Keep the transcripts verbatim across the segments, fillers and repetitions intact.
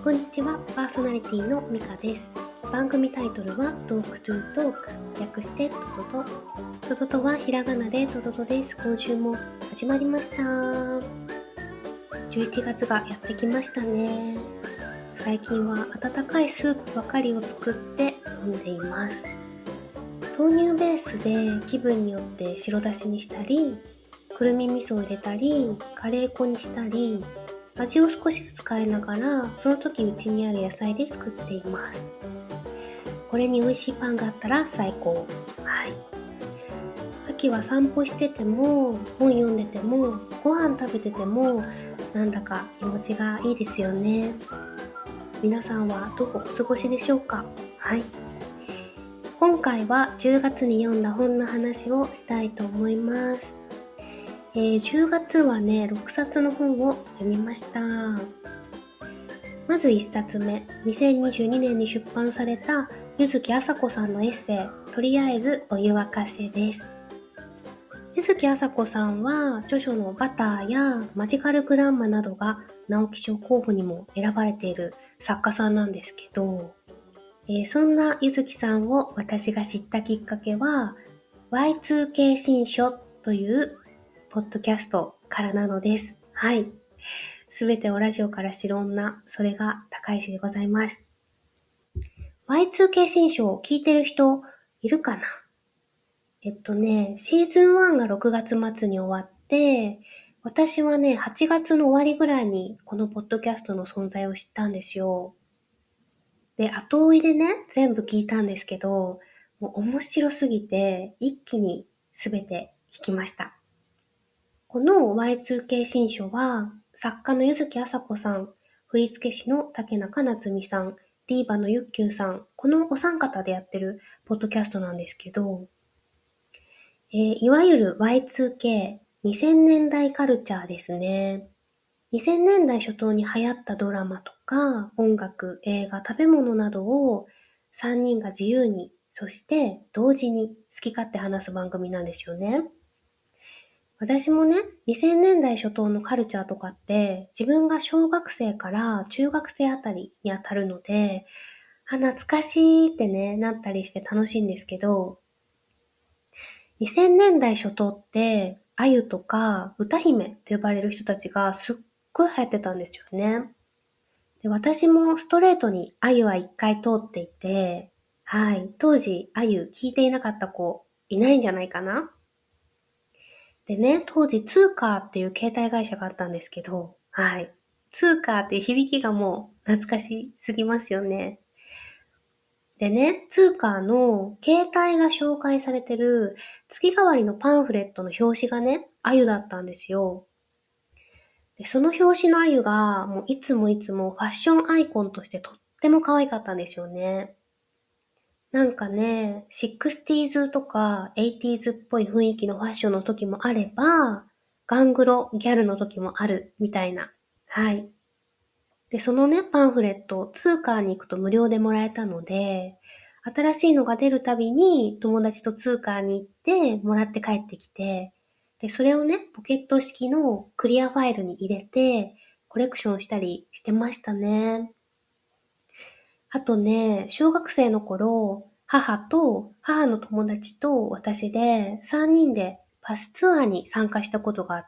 こんにちは、パーソナリティのミカです。番組タイトルはトークトゥートーク、略してトトト。トトトはひらがなでトトトです。今週も始まりました。じゅういちがつがやってきましたね。最近は温かいスープばかりを作って飲んでいます。豆乳ベースで気分によって白だしにしたり、くるみ味噌を入れたり、カレー粉にしたり、味を少しずつ変えながら、その時うちにある野菜で作っています。これに美味しいパンがあったら最高。はい。秋は散歩してても、本読んでても、ご飯食べてても、なんだか気持ちがいいですよね。皆さんはどうお過ごしでしょうか？はい。今回はじゅうがつに読んだ本の話をしたいと思います。えー、じゅうがつはね、ろくさつの本を読みました。まずいっさつめ、にせんにじゅうにねんに出版された柚木麻子さんのエッセイ、とりあえずお湯沸かせです。柚木麻子さんは著書のバターやマジカルグランマなどが直木賞候補にも選ばれている作家さんなんですけど、えー、そんな柚木さんを私が知ったきっかけは ワイツーケー 新書というポッドキャストからなのです。はい。すべてをラジオから知る女、それが高石でございます。ワイツーケー 新書を聞いてる人いるかな？えっとね、シーズンワンがろくがつ末に終わって、私はね、はちがつの終わりぐらいにこのポッドキャストの存在を知ったんですよ。で、後追いでね、全部聞いたんですけど、もう面白すぎて、一気にすべて聞きました。この ワイツーケー 新書は、作家の柚木麻子さん、振付師の竹中夏実さん、ディーバのゆっきゅうさん、このお三方でやってるポッドキャストなんですけど、えー、いわゆる ワイツーケー、にせんねんだいカルチャーですね。にせんねんだい初頭に流行ったドラマとか、音楽、映画、食べ物などをさんにんが自由に、そして同時に好き勝手話す番組なんですよね。私もね、にせんねんだい初頭のカルチャーとかって、自分が小学生から中学生あたりにあたるので、あ、懐かしいってね、なったりして楽しいんですけど、にせんねんだい初頭って、あゆとか歌姫と呼ばれる人たちがすっごい流行ってたんですよね。で、私もストレートにあゆは一回通っていて、はい、当時あゆ聞いていなかった子いないんじゃないかな？でね、当時ツーカーっていう携帯会社があったんですけど、はい。ツーカーっていう響きがもう懐かしすぎますよね。でね、ツーカーの携帯が紹介されてる月替わりのパンフレットの表紙がね、あゆだったんですよ。で、その表紙のあゆがもういつもいつもファッションアイコンとしてとっても可愛かったんですよね。なんかね、シックスティーズとかエイティーズっぽい雰囲気のファッションの時もあれば、ガングロギャルの時もあるみたいな。はい。で、そのね、パンフレット、ツーカーに行くと無料でもらえたので、新しいのが出るたびに友達とツーカーに行ってもらって帰ってきて、で、それをね、ポケット式のクリアファイルに入れて、コレクションしたりしてましたね。あとね、小学生の頃、母と母の友達と私でさんにんでバスツアーに参加したことがあって、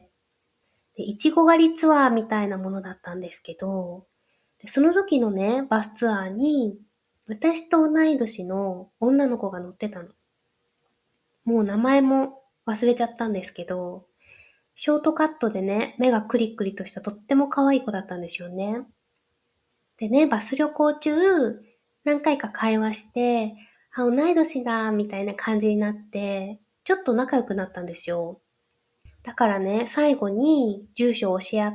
で、いちご狩りツアーみたいなものだったんですけど、で、その時のね、バスツアーに、私と同い年の女の子が乗ってたの。もう名前も忘れちゃったんですけど、ショートカットでね、目がクリクリとしたとっても可愛い子だったんですよね。でね、バス旅行中、何回か会話して、あ、同い年だ、みたいな感じになって、ちょっと仲良くなったんですよ。だからね、最後に住所を教え合って、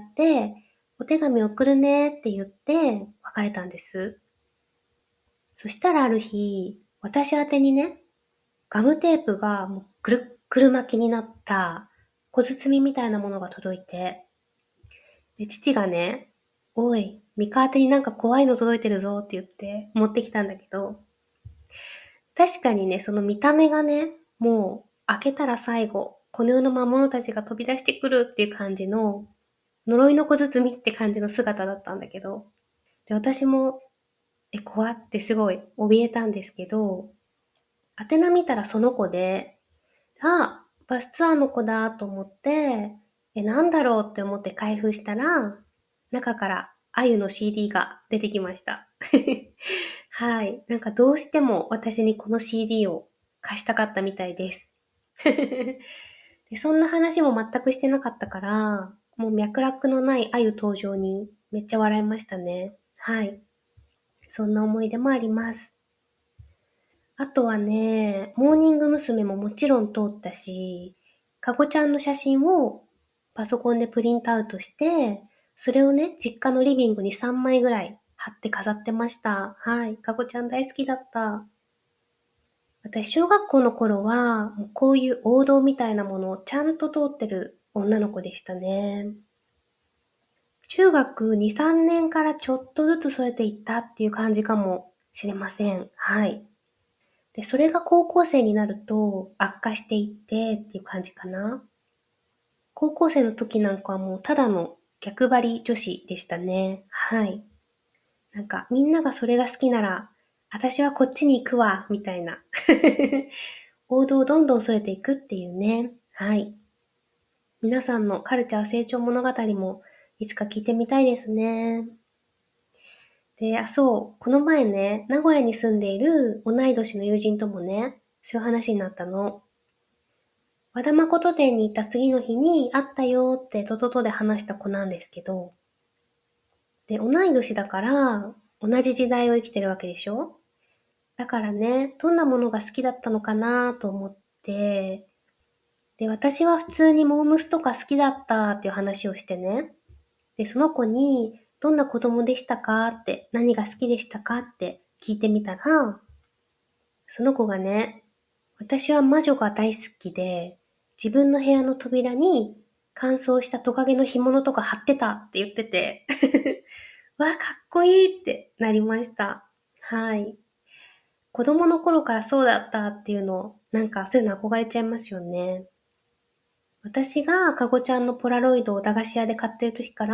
お手紙送るねって言って別れたんです。そしたらある日、私宛てにね、ガムテープがもうくるっくる巻きになった小包みみたいなものが届いて、で、父がね、おい、ミカ宛てになんか怖いの届いてるぞって言って持ってきたんだけど、確かにね、その見た目がね、もう開けたら最後、この世の魔物たちが飛び出してくるっていう感じの、呪いの小包って感じの姿だったんだけど、 で、私も、え、怖ってすごい怯えたんですけど、宛名見たらその子で、あ、バスツアーの子だと思って、え、なんだろうって思って開封したら、中からあゆの シーディー が出てきました。はい。なんかどうしても私にこの シーディー を貸したかったみたいです。で、そんな話も全くしてなかったから、もう脈絡のないあゆ登場にめっちゃ笑いましたね。はい。そんな思い出もあります。あとはね、モーニング娘。ももちろん通ったし、かごちゃんの写真をパソコンでプリントアウトして、それをね、実家のリビングにさんまいぐらい貼って飾ってました。はい。かごちゃん大好きだった。私、小学校の頃は、もうこういう王道みたいなものをちゃんと通ってる女の子でしたね。中学に、さんねんからちょっとずつそれていったっていう感じかもしれません。はい。で、それが高校生になると悪化していってっていう感じかな。高校生の時なんかはもうただの逆張り女子でしたね。はい。なんかみんながそれが好きなら、私はこっちに行くわ、みたいな。王道をどんどんそれていくっていうね。はい。皆さんのカルチャー成長物語もいつか聞いてみたいですね。で、あ、そう、この前ね、名古屋に住んでいる同い年の友人ともね、そういう話になったの。和田誠店に行った次の日に会ったよってトトトで話した子なんですけど、で、同い年だから同じ時代を生きてるわけでしょ。だからね、どんなものが好きだったのかなと思って、で、私は普通にモームスとか好きだったっていう話をしてね。で、その子に、どんな子供でしたかって、何が好きでしたかって聞いてみたら、その子がね、私は魔女が大好きで、自分の部屋の扉に乾燥したトカゲの干物とか貼ってたって言ってて、わあ、かっこいいってなりました。はい。子供の頃からそうだったっていうの、なんかそういうの憧れちゃいますよね。私がかごちゃんのポラロイドを駄菓子屋で買ってる時から、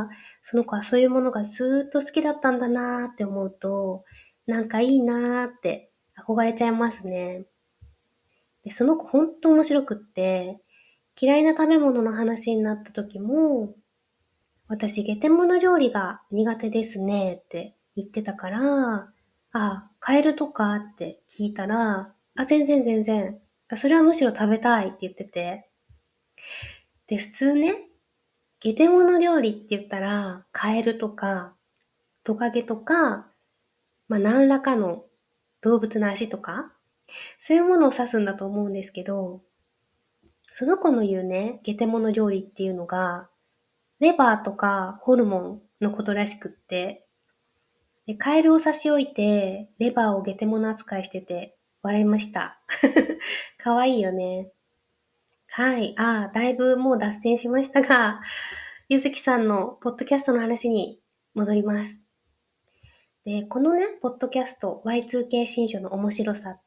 その子はそういうものがずーっと好きだったんだなーって思うと、なんかいいなーって憧れちゃいますね。で、その子ほんと面白くって、嫌いな食べ物の話になった時も、私ゲテモノ料理が苦手ですねって言ってたから、あ、カエルとかって聞いたら、あ、全然全然。それはむしろ食べたいって言ってて。で、普通ね、ゲテモノ料理って言ったら、カエルとか、トカゲとか、まあ、何らかの動物の足とか、そういうものを指すんだと思うんですけど、その子の言うね、ゲテモノ料理っていうのが、レバーとかホルモンのことらしくって、で、カエルを差し置いて、レバーをゲテモノ扱いしてて、笑いました。かわいいよね。はい。ああ、だいぶもう脱線しましたが、ゆずきさんのポッドキャストの話に戻ります。で、このね、ポッドキャスト ワイツーケー 新書の面白さって、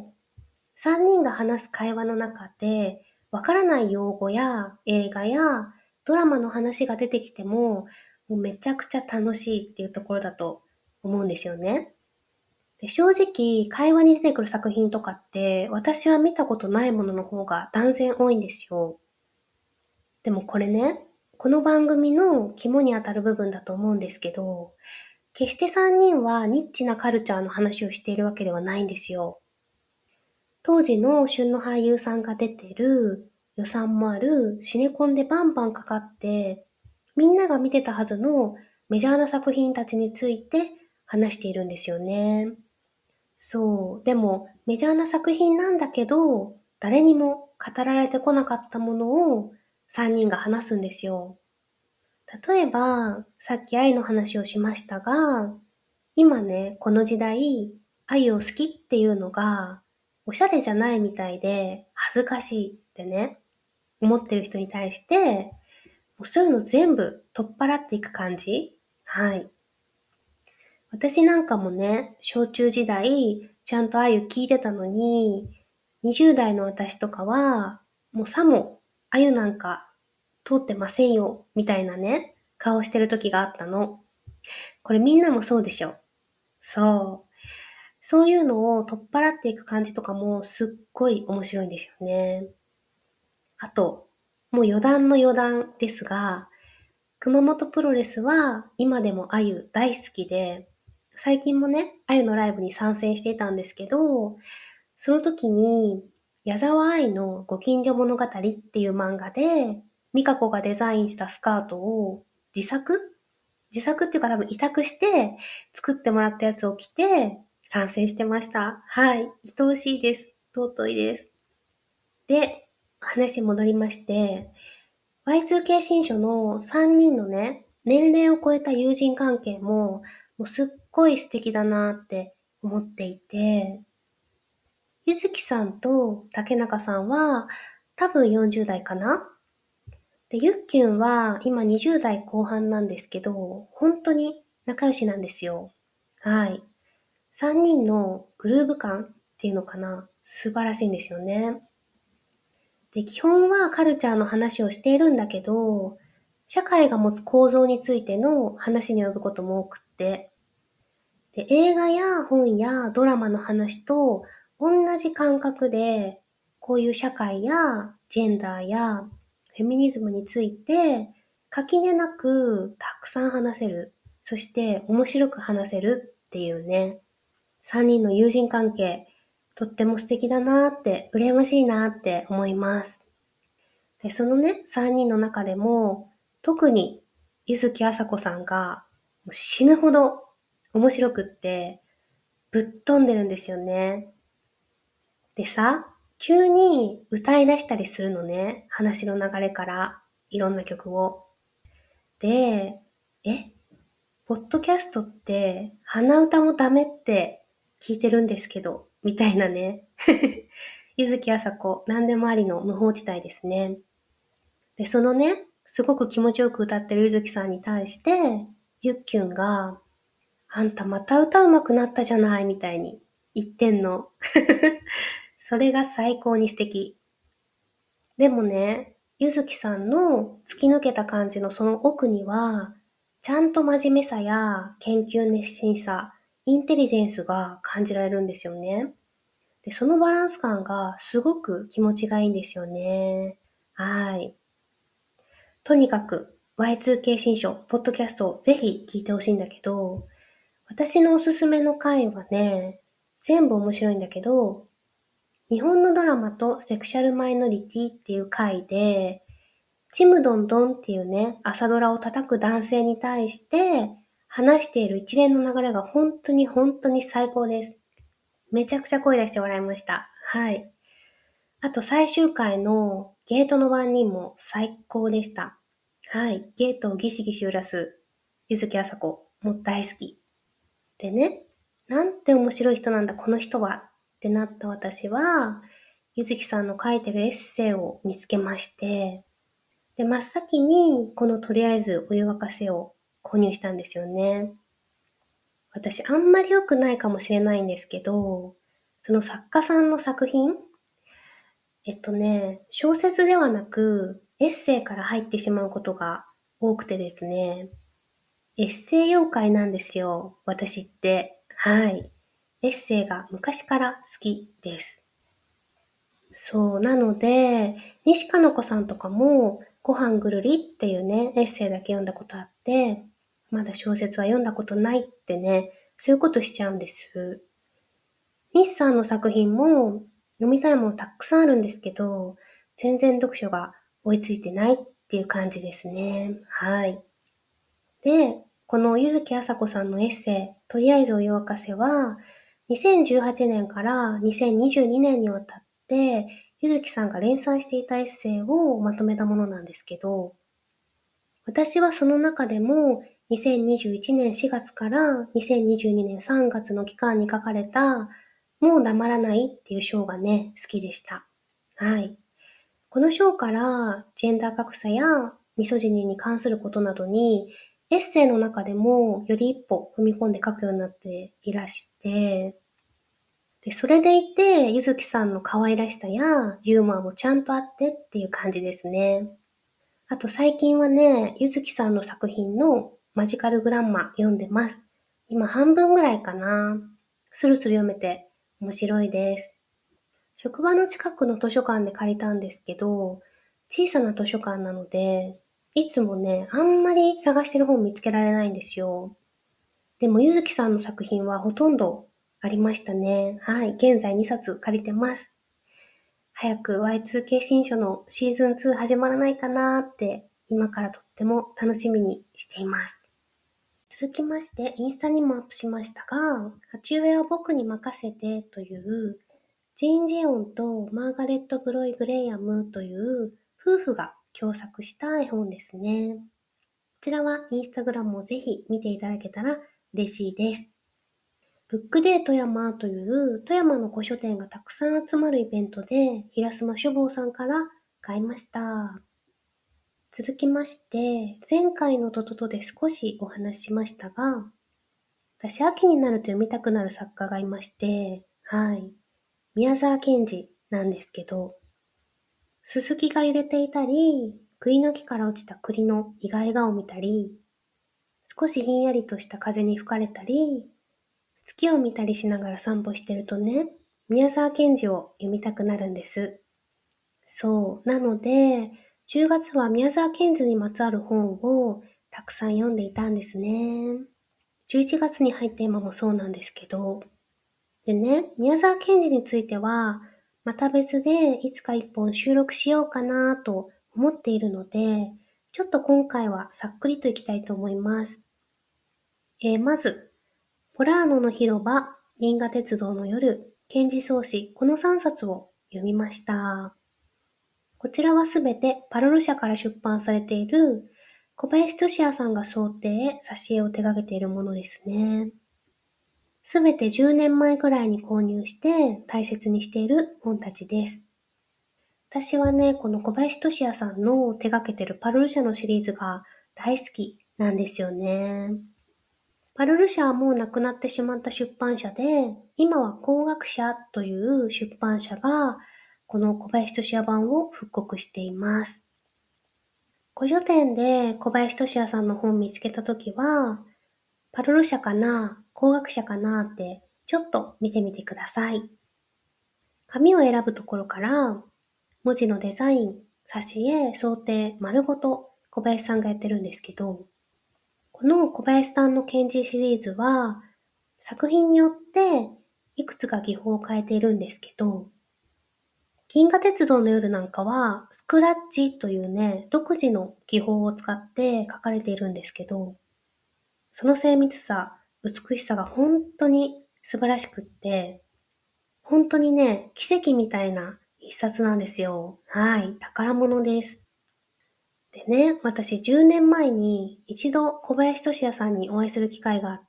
さんにんが話す会話の中で、わからない用語や映画やドラマの話が出てきても、もうめちゃくちゃ楽しいっていうところだと思うんですよね。で、正直、会話に出てくる作品とかって、私は見たことないものの方が断然多いんですよ。でもこれね、この番組の肝にあたる部分だと思うんですけど、決してさんにんはニッチなカルチャーの話をしているわけではないんですよ。当時の旬の俳優さんが出てる、予算もある、シネコンでバンバンかかって、みんなが見てたはずのメジャーな作品たちについて話しているんですよね。そう。でも、メジャーな作品なんだけど、誰にも語られてこなかったものをさんにんが話すんですよ。例えば、さっき愛の話をしましたが、今ね、この時代、愛を好きっていうのが、おしゃれじゃないみたいで、恥ずかしいってね、思ってる人に対して、もうそういうの全部取っ払っていく感じ。はい。私なんかもね、小中時代、ちゃんと愛を聞いてたのに、にじゅう代の私とかは、もうさも、あゆなんか通ってませんよ、みたいなね、顔してる時があったの。 これみんなもそうでしょ。そう。そういうのを取っ払っていく感じとかもすっごい面白いんですよね。あと、もう余談の余談ですが、熊本プロレスは今でもあゆ大好きで、最近もね、あゆのライブに参戦していたんですけど、その時に、矢沢愛のご近所物語っていう漫画で、美香子がデザインしたスカートを自作自作っていうか多分委託して作ってもらったやつを着て参戦してました。はい。愛おしいです。尊いです。で、話戻りまして、ワイツーケー 新書のさんにんのね、年齢を超えた友人関係も、もうすっごい素敵だなって思っていて、ゆずきさんと竹中さんは多分よんじゅう代かな。で、ゆっきゅんは今にじゅう代後半なんですけど、本当に仲良しなんですよ。はい。さんにんのグルーヴ感っていうのかな。素晴らしいんですよね。で、基本はカルチャーの話をしているんだけど、社会が持つ構造についての話に及ぶことも多くって、で、映画や本やドラマの話と同じ感覚で、こういう社会やジェンダーやフェミニズムについて垣根なくたくさん話せる。そして面白く話せるっていうね。さんにんの友人関係、とっても素敵だなーって、羨ましいなーって思います。で、そのね、さんにんの中でも、特に、ゆずきあさこさんが、もう死ぬほど面白くって、ぶっ飛んでるんですよね。でさ、急に歌い出したりするのね、話の流れから、いろんな曲を。で、え、ポッドキャストって、鼻歌もダメって聞いてるんですけど、みたいなね。ゆずきあさこ、なんでもありの無法地帯ですね。で、そのね、すごく気持ちよく歌ってるゆずきさんに対して、ゆっきゅんが、あんたまた歌うまくなったじゃないみたいに言ってんの。それが最高に素敵。でもね、ゆずきさんの突き抜けた感じのその奥には、ちゃんと真面目さや研究熱心さ、インテリジェンスが感じられるんですよね。で、そのバランス感がすごく気持ちがいいんですよね。はい。とにかく ワイツーケー 新書、ポッドキャストをぜひ聞いてほしいんだけど、私のおすすめの回はね、全部面白いんだけど、日本のドラマとセクシャルマイノリティっていう回で、ちむどんどんっていうね、朝ドラを叩く男性に対して話している一連の流れが本当に本当に最高です。めちゃくちゃ声出して笑いました。はい。あと最終回のゲートの番人も最高でした。はい。ゲートをギシギシ揺らすゆずきあさこも大好き。でね、なんて面白い人なんだこの人はってなった私は、ゆずきさんの書いてるエッセイを見つけまして、で、真っ先にこのとりあえずお湯沸かせを購入したんですよね。私あんまり良くないかもしれないんですけど、その作家さんの作品えっとね、小説ではなく、エッセイから入ってしまうことが多くてですね、エッセイ妖怪なんですよ、私って。はい。エッセイが昔から好きです。そう、なので、西加奈子さんとかも、ご飯ぐるりっていうね、エッセイだけ読んだことあって、まだ小説は読んだことないってね、そういうことしちゃうんです。西さんの作品も読みたいものたくさんあるんですけど、全然読書が追いついてないっていう感じですね。はい。で、この柚木あさこさんのエッセイ、とりあえずお湯沸かせは、にせんじゅうはちねんからにせんにじゅうにねんにわたって、柚木さんが連載していたエッセイをまとめたものなんですけど、私はその中でもにせんにじゅういちねんしがつからにせんにじゅうにねんさんがつの期間に書かれたもう黙らないっていう章がね、好きでした。はい。この章からジェンダー格差やミソジニーに関することなどにエッセイの中でもより一歩踏み込んで書くようになっていらして、で、それでいて、ゆずきさんの可愛らしさやユーモアもちゃんとあってっていう感じですね。あと最近はね、ゆずきさんの作品のマジカルグランマ読んでます。今半分ぐらいかな。スルスル読めて面白いです。職場の近くの図書館で借りたんですけど、小さな図書館なので、いつもね、あんまり探してる本見つけられないんですよ。でも、ゆずきさんの作品はほとんどありましたね。はい。現在にさつ借りてます。早く ワイツーケー 新書のシーズンツー始まらないかなーって、今からとっても楽しみにしています。続きまして、インスタにもアップしましたが、鉢植えを僕に任せてという、ジーン・ジオンとマーガレット・ブロイ・グレイアムという夫婦が共作した絵本ですね。こちらはインスタグラムをぜひ見ていただけたら嬉しいです。ブックデー富山という富山の古書店がたくさん集まるイベントで平島書房さんから買いました。続きまして、前回のトトトで少しお話ししましたが、私秋になると読みたくなる作家がいまして、はい。宮沢賢治なんですけど、すすきが揺れていたり、栗の木から落ちた栗の意外顔を見たり、少しひんやりとした風に吹かれたり、月を見たりしながら散歩してるとね、宮沢賢治を読みたくなるんです。そう。なので、じゅうがつは宮沢賢治にまつわる本をたくさん読んでいたんですね。じゅういちがつに入って今もそうなんですけど。でね、宮沢賢治については、また別でいつか一本収録しようかなと思っているので、ちょっと今回はさっくりといきたいと思います。えー、まず、ポラーノの広場、銀河鉄道の夜、賢治草子、このさんさつを読みました。こちらはすべてパルル社から出版されている小林俊也さんが想定、挿絵を手掛けているものですね。すべてじゅうねんまえくらいに購入して大切にしている本たちです。私はね、この小林俊也さんの手掛けているパルル社のシリーズが大好きなんですよね。パルル社はもう亡くなってしまった出版社で、今は工学社という出版社がこの小林俊也版を復刻しています。古書店で小林俊也さんの本見つけたときは、パルル社かな、工学社かなってちょっと見てみてください。紙を選ぶところから、文字のデザイン、挿絵、想定、丸ごと小林さんがやってるんですけど、この小林さんの賢治シリーズは、作品によっていくつか技法を変えているんですけど、銀河鉄道の夜なんかは、スクラッチというね、独自の技法を使って書かれているんですけど、その精密さ、美しさが本当に素晴らしくって、本当にね、奇跡みたいな一冊なんですよ。はい、宝物です。でね、私じゅうねんまえに一度小林俊也さんにお会いする機会があって、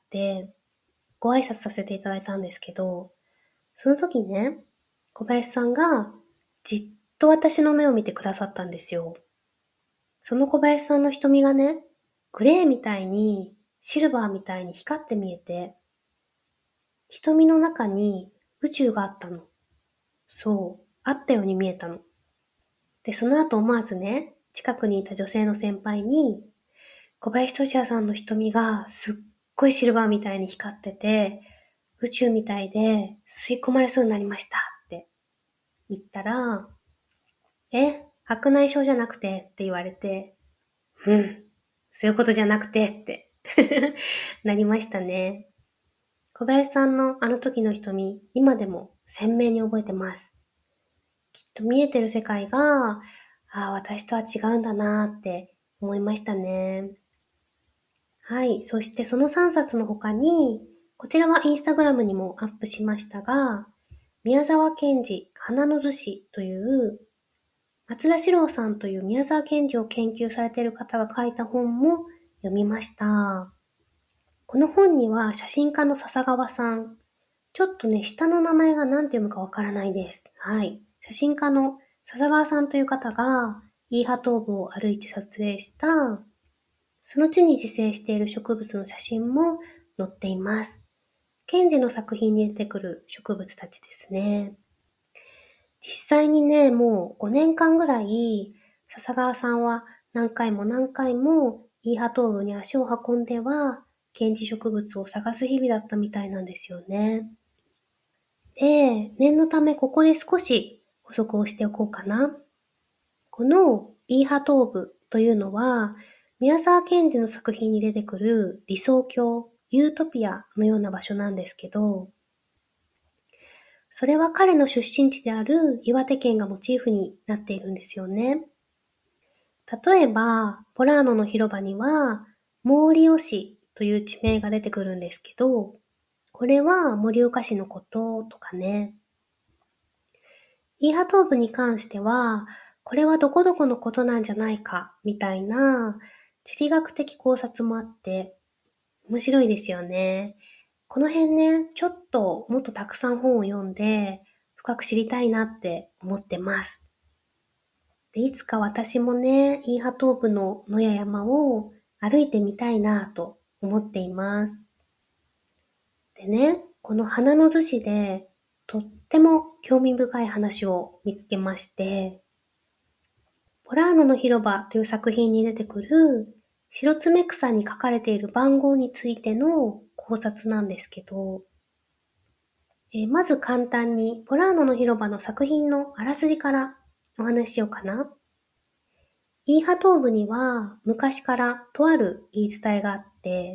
ご挨拶させていただいたんですけど、その時ね、小林さんがじっと私の目を見てくださったんですよ。その小林さんの瞳がね、グレーみたいに、シルバーみたいに光って見えて、瞳の中に宇宙があったの。そう、あったように見えたの。で、その後思わずね、近くにいた女性の先輩に、小林俊也さんの瞳がすっごいシルバーみたいに光ってて、宇宙みたいで吸い込まれそうになりましたって言ったら、え、白内障じゃなくてって言われて、うん、そういうことじゃなくてってなりましたね。小林さんのあの時の瞳、今でも鮮明に覚えてます。きっと見えてる世界が、ああ、私とは違うんだなーって思いましたね。はい。そしてそのさんさつの他に、こちらはインスタグラムにもアップしましたが、宮沢賢治、花の図誌という、松田史郎さんという宮沢賢治を研究されている方が書いた本も読みました。この本には写真家の笹川さん、ちょっとね、下の名前が何て読むかわからないです。はい。写真家の笹川さんという方が、イーハトーブを歩いて撮影した、その地に自生している植物の写真も載っています。賢治の作品に出てくる植物たちですね。実際にね、もうごねんかんぐらい、笹川さんは何回も何回もイーハトーブに足を運んでは、検事植物を探す日々だったみたいなんですよね。で、念のためここで少し補足をしておこうかな。このイーハトーブというのは、宮沢賢治の作品に出てくる理想郷、ユートピアのような場所なんですけど、それは彼の出身地である岩手県がモチーフになっているんですよね。例えば、ポラーノの広場には、モーリオ市という地名が出てくるんですけど、これは盛岡市のこととかね。イーハトーブに関しては、これはどこどこのことなんじゃないか、みたいな地理学的考察もあって、面白いですよね。この辺ね、ちょっともっとたくさん本を読んで、深く知りたいなって思ってます。で、いつか私もね、イーハトーブの野屋山を歩いてみたいなと思っています。でね、この花の図紙でとっても興味深い話を見つけまして、ポラーノの広場という作品に出てくる白爪草に書かれている番号についての考察なんですけど、えーまず簡単にポラーノの広場の作品のあらすじからお話ししようかな。イーハトーブには昔からとある言い伝えがあって、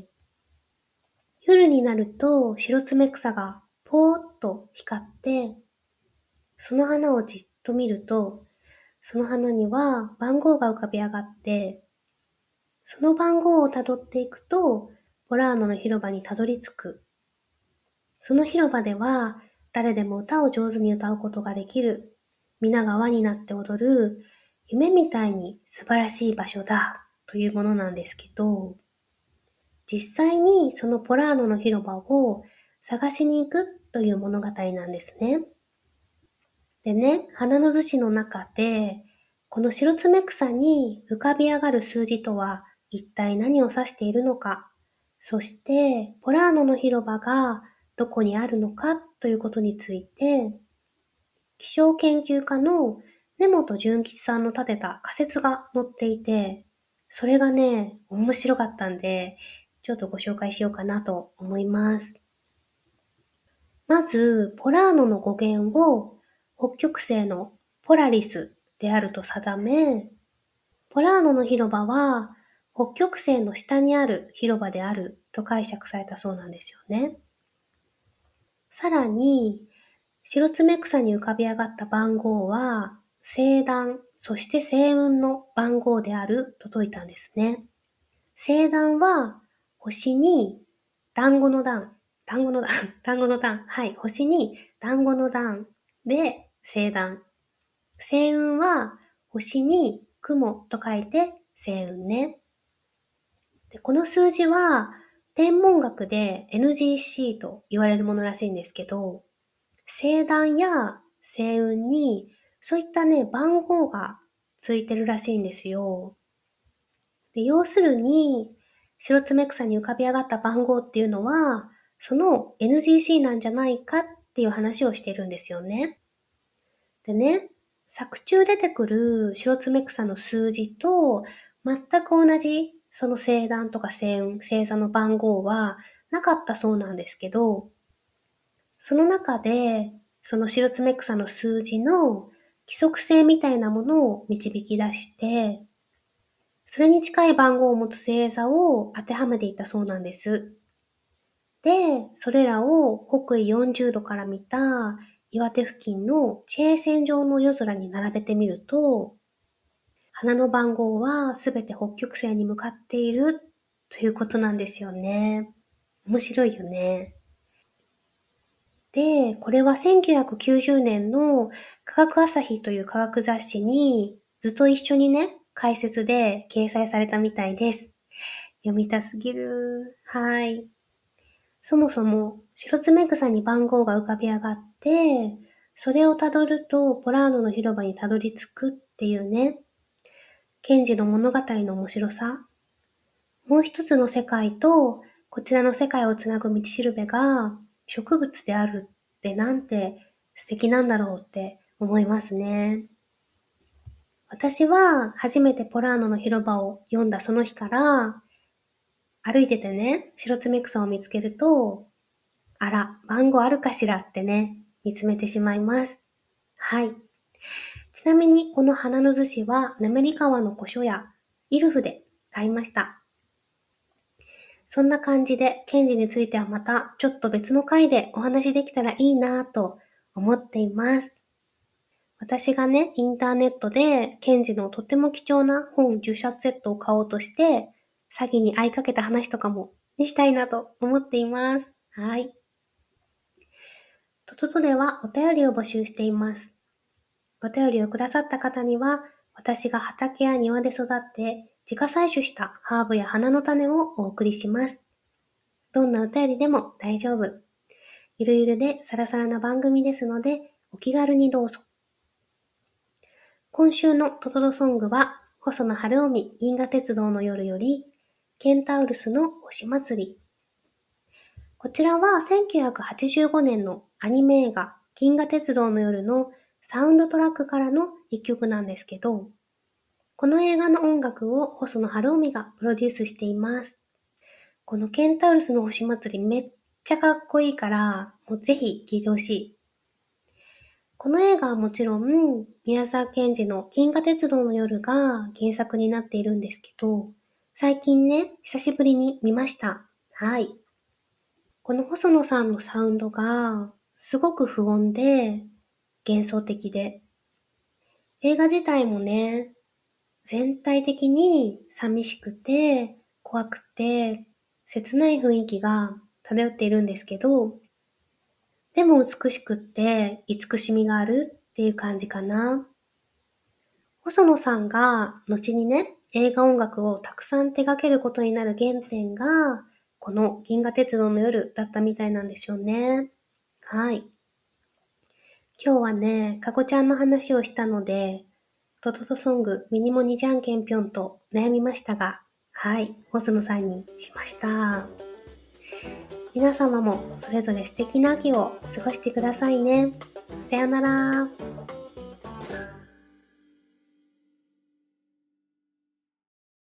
夜になると白爪草がぽーっと光って、その花をじっと見ると、その花には番号が浮かび上がって、その番号をたどっていくと、ポラーノの広場にたどり着く。その広場では、誰でも歌を上手に歌うことができる。皆が輪になって踊る、夢みたいに素晴らしい場所だ、というものなんですけど、実際にそのポラーノの広場を探しに行くという物語なんですね。でね、花の図紙の中で、この白爪草に浮かび上がる数字とは一体何を指しているのか、そしてポラーノの広場がどこにあるのかということについて、気象研究家の根本純吉さんの立てた仮説が載っていて、それがね、面白かったんで、ちょっとご紹介しようかなと思います。まず、ポラーノの語源を北極星のポラリスであると定め、ポラーノの広場は北極星の下にある広場であると解釈されたそうなんですよね。さらに、白爪草に浮かび上がった番号は、星団、そして星雲の番号であると説いたんですね。星団は、星に団子の団、団子の団、団子の団、はい、星に団子の団で星団。星雲は、星に雲と書いて星雲ね。で、この数字は、天文学で エヌジーシー と言われるものらしいんですけど、星団や星雲に、そういったね、番号がついてるらしいんですよ。で、要するに、白爪草に浮かび上がった番号っていうのは、その エヌジーシー なんじゃないかっていう話をしてるんですよね。でね、作中出てくる白爪草の数字と全く同じその星団とか星雲、星座の番号はなかったそうなんですけど、その中でその白爪草の数字の規則性みたいなものを導き出して、それに近い番号を持つ星座を当てはめていたそうなんです。で、それらを北緯よんじゅうどから見た岩手付近の地平線上の夜空に並べてみると、花の番号はすべて北極星に向かっているということなんですよね。面白いよね。で、これはせんきゅうひゃくきゅうじゅうねんの科学朝日という科学雑誌にずっと一緒にね、解説で掲載されたみたいです。読みたすぎる。はい。そもそも白爪草に番号が浮かび上がって、それをたどるとポラーノの広場にたどり着くっていうね、ケンジの物語の面白さ。もう一つの世界とこちらの世界をつなぐ道しるべが植物であるってなんて素敵なんだろうって思いますね。 私は初めてポラーノの広場を読んだその日から、歩いててね、シロツメクサを見つけると、あら、番号あるかしらってね、見つめてしまいます。はい。ちなみに、この花の寿司は、滑川の古書屋、イルフで買いました。そんな感じで、ケンジについてはまた、ちょっと別の回でお話できたらいいなぁと思っています。私がね、インターネットで、ケンジのとっても貴重な本じゅっさつセットを買おうとして、詐欺に遭いかけた話とかも、にしたいなと思っています。はい。トトトではお便りを募集しています。お便りをくださった方には、私が畑や庭で育って自家採取したハーブや花の種をお送りします。どんなお便りでも大丈夫。ゆるゆるでサラサラな番組ですので、お気軽にどうぞ。今週のトトロソングは、細野晴臣銀河鉄道の夜より、ケンタウルスの星祭り。こちらはせんきゅうひゃくはちじゅうごねんのアニメ映画銀河鉄道の夜のサウンドトラックからの一曲なんですけど、この映画の音楽を細野晴臣がプロデュースしています。このケンタウルスの星祭りめっちゃかっこいいから、もうぜひ聴いてほしい。この映画はもちろん、宮沢賢治の銀河鉄道の夜が原作になっているんですけど、最近ね、久しぶりに見ました。はい。この細野さんのサウンドが、すごく不穏で、幻想的で、映画自体もね、全体的に寂しくて、怖くて、切ない雰囲気が漂っているんですけど、でも美しくって、慈しみがあるっていう感じかな。細野さんが後にね、映画音楽をたくさん手掛けることになる原点が、この銀河鉄道の夜だったみたいなんですよね。はい。今日はね、かこちゃんの話をしたので、トトトソングミニモニじゃんけんぴょんと悩みましたが、はい、細野さんにしました。皆様もそれぞれ素敵な秋を過ごしてくださいね。さよなら。